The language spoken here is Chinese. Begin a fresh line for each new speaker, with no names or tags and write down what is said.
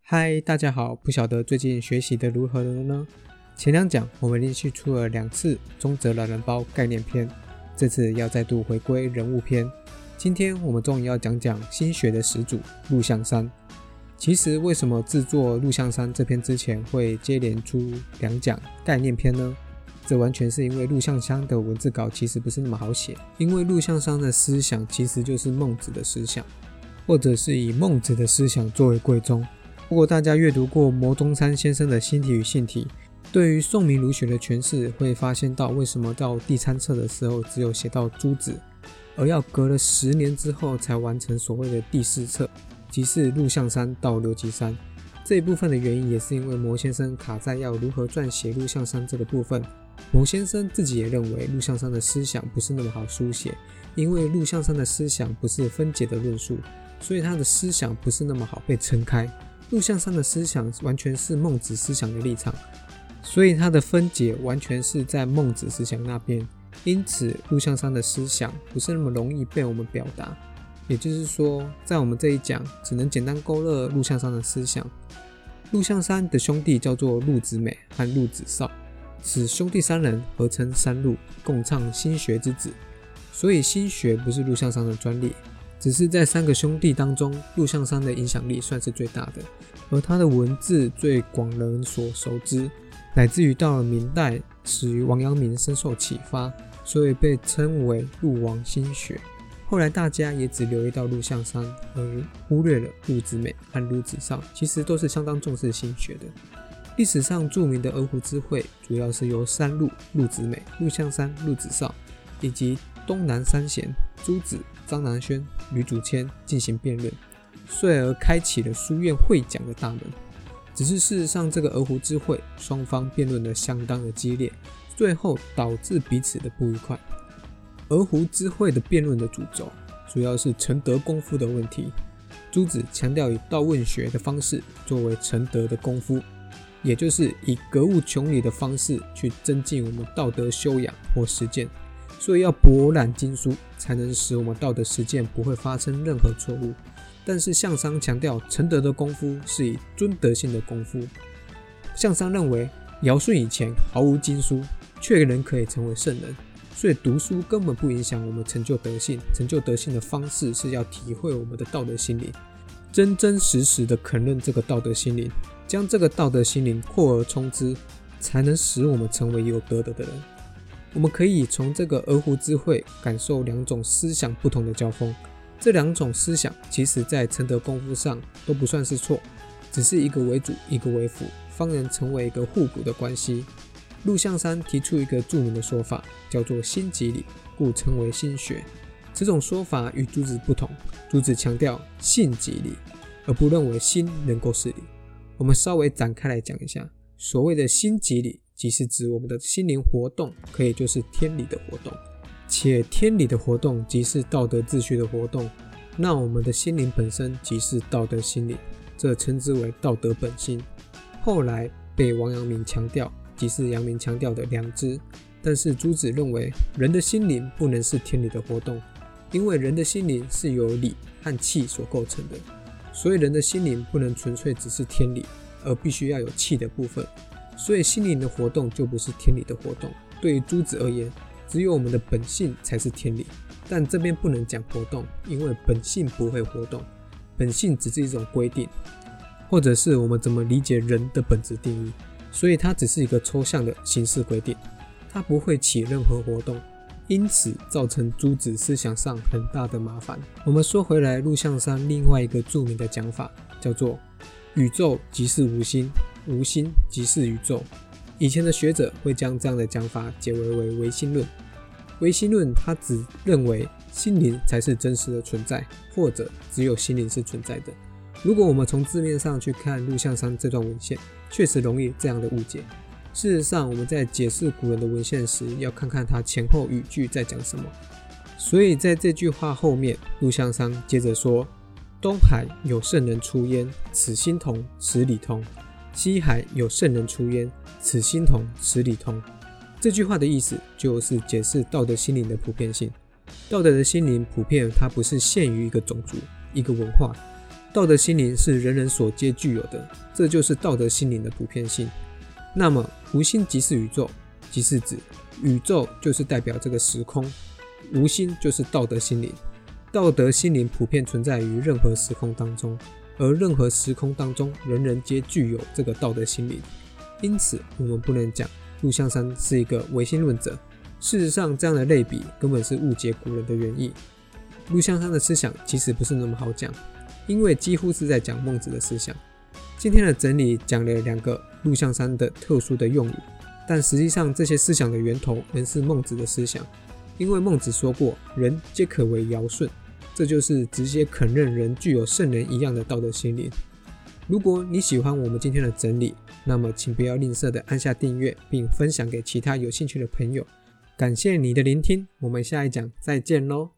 嗨，大家好，不晓得最近学习的如何了呢？前两讲我们连续出了2次中泽懒人包概念篇，这次要再度回归人物篇。今天我们终于要讲讲心学的始祖陆象山。其实为什么制作陆象山这篇之前会接连出2讲概念篇呢？这完全是因为陆象山的文字稿其实不是那么好写，因为陆象山的思想其实就是孟子的思想，或者是以孟子的思想作为贵宗。如果大家阅读过牟宗三先生的心体与性体，对于宋明儒学的诠释会发现到为什么到第3册的时候只有写到朱子，而要隔了10年之后才完成所谓的第4册，即是陆象山到刘基山。这一部分的原因也是因为牟先生卡在要如何撰写陆象山这个部分。牟先生自己也认为陆象山的思想不是那么好书写，因为陆象山的思想不是分解的论述，所以他的思想不是那么好被撑开。陆象山的思想完全是孟子思想的立场，所以他的分解完全是在孟子思想那边，因此陆象山的思想不是那么容易被我们表达。也就是说，在我们这一讲只能简单勾勒陆象山的思想。陆象山的兄弟叫做陆子美和陆子绍，此兄弟3人合称三陆，共倡心学之子，所以心学不是陆象山的专利，只是在3个兄弟当中，陆象山的影响力算是最大的，而他的文字最广人所熟知，乃至于到了明代始于王阳明深受启发，所以被称为陆王心学。后来大家也只留意到陆象山，而忽略了陆子美和陆子绍，其实都是相当重视心学的。历史上著名的鹅湖之会主要是由3陆陆子美、陆象山、陆子绍以及东南3贤朱子、张南轩、吕祖谦进行辩论，遂而开启了书院会讲的大门。只是事实上这个鹅湖之会双方辩论的相当的激烈，最后导致彼此的不愉快。鹅湖之会的辩论的主轴主要是成德功夫的问题，朱子强调以道问学的方式作为成德的功夫，也就是以格物穷理的方式去增进我们道德修养或实践，所以要博览经书才能使我们道德实践不会发生任何错误。但是象山强调成德的功夫是以尊德性的功夫，象山认为尧舜以前毫无经书，却仍可以成为圣人，所以读书根本不影响我们成就德性，成就德性的方式是要体会我们的道德心灵，真真实实的肯认这个道德心灵，将这个道德心灵扩而充之，才能使我们成为有德德的人。我们可以从这个鹅湖之会感受2种思想不同的交锋，这2种思想其实在成德功夫上都不算是错，只是一个为主一个为辅，方能成为一个互补的关系。陆象山提出一个著名的说法，叫做心即理，故称为心学。这种说法与朱子不同，朱子强调性即理，而不认为心能够是理。我们稍微展开来讲一下，所谓的心即理，即是指我们的心灵活动可以就是天理的活动，且天理的活动即是道德秩序的活动，那我们的心灵本身即是道德心灵，这称之为道德本心。后来被王阳明强调，即是阳明强调的良知，但是朱子认为人的心灵不能是天理的活动，因为人的心灵是由理和气所构成的，所以人的心灵不能纯粹只是天理，而必须要有气的部分，所以心灵的活动就不是天理的活动。对于朱子而言，只有我们的本性才是天理，但这边不能讲活动，因为本性不会活动，本性只是一种规定，或者是我们怎么理解人的本质定义，所以它只是一个抽象的形式规定，它不会起任何活动，因此造成朱子思想上很大的麻烦。我们说回来，陆象山另外一个著名的讲法叫做宇宙即是无心，无心即是宇宙。以前的学者会将这样的讲法解为唯心论。唯心论他只认为心灵才是真实的存在，或者只有心灵是存在的。如果我们从字面上去看陆象山这段文献，确实容易这样的误解。事实上，我们在解释古人的文献时，要看看它前后语句在讲什么。所以在这句话后面，陆象山接着说：东海有圣人出焉，此心同，此理同；西海有圣人出焉，此心同，此理同。这句话的意思就是解释道德心灵的普遍性。道德的心灵普遍，它不是限于一个种族、一个文化， 道德心灵是人人所皆具有的，这就是道德心灵的普遍性。那么无心即是宇宙，即是指宇宙就是代表这个时空，无心就是道德心灵。道德心灵普遍存在于任何时空当中，而任何时空当中人人皆具有这个道德心灵。因此我们不能讲陆象山是一个唯心论者，事实上这样的类比根本是误解古人的原意。陆象山的思想其实不是那么好讲，因为几乎是在讲孟子的思想。今天的整理讲了2个陆象山的特殊的用语，但实际上这些思想的源头仍是孟子的思想，因为孟子说过人皆可为尧舜，这就是直接肯认人具有圣人一样的道德心灵。如果你喜欢我们今天的整理，那么请不要吝啬的按下订阅并分享给其他有兴趣的朋友。感谢你的聆听，我们下一讲再见咯。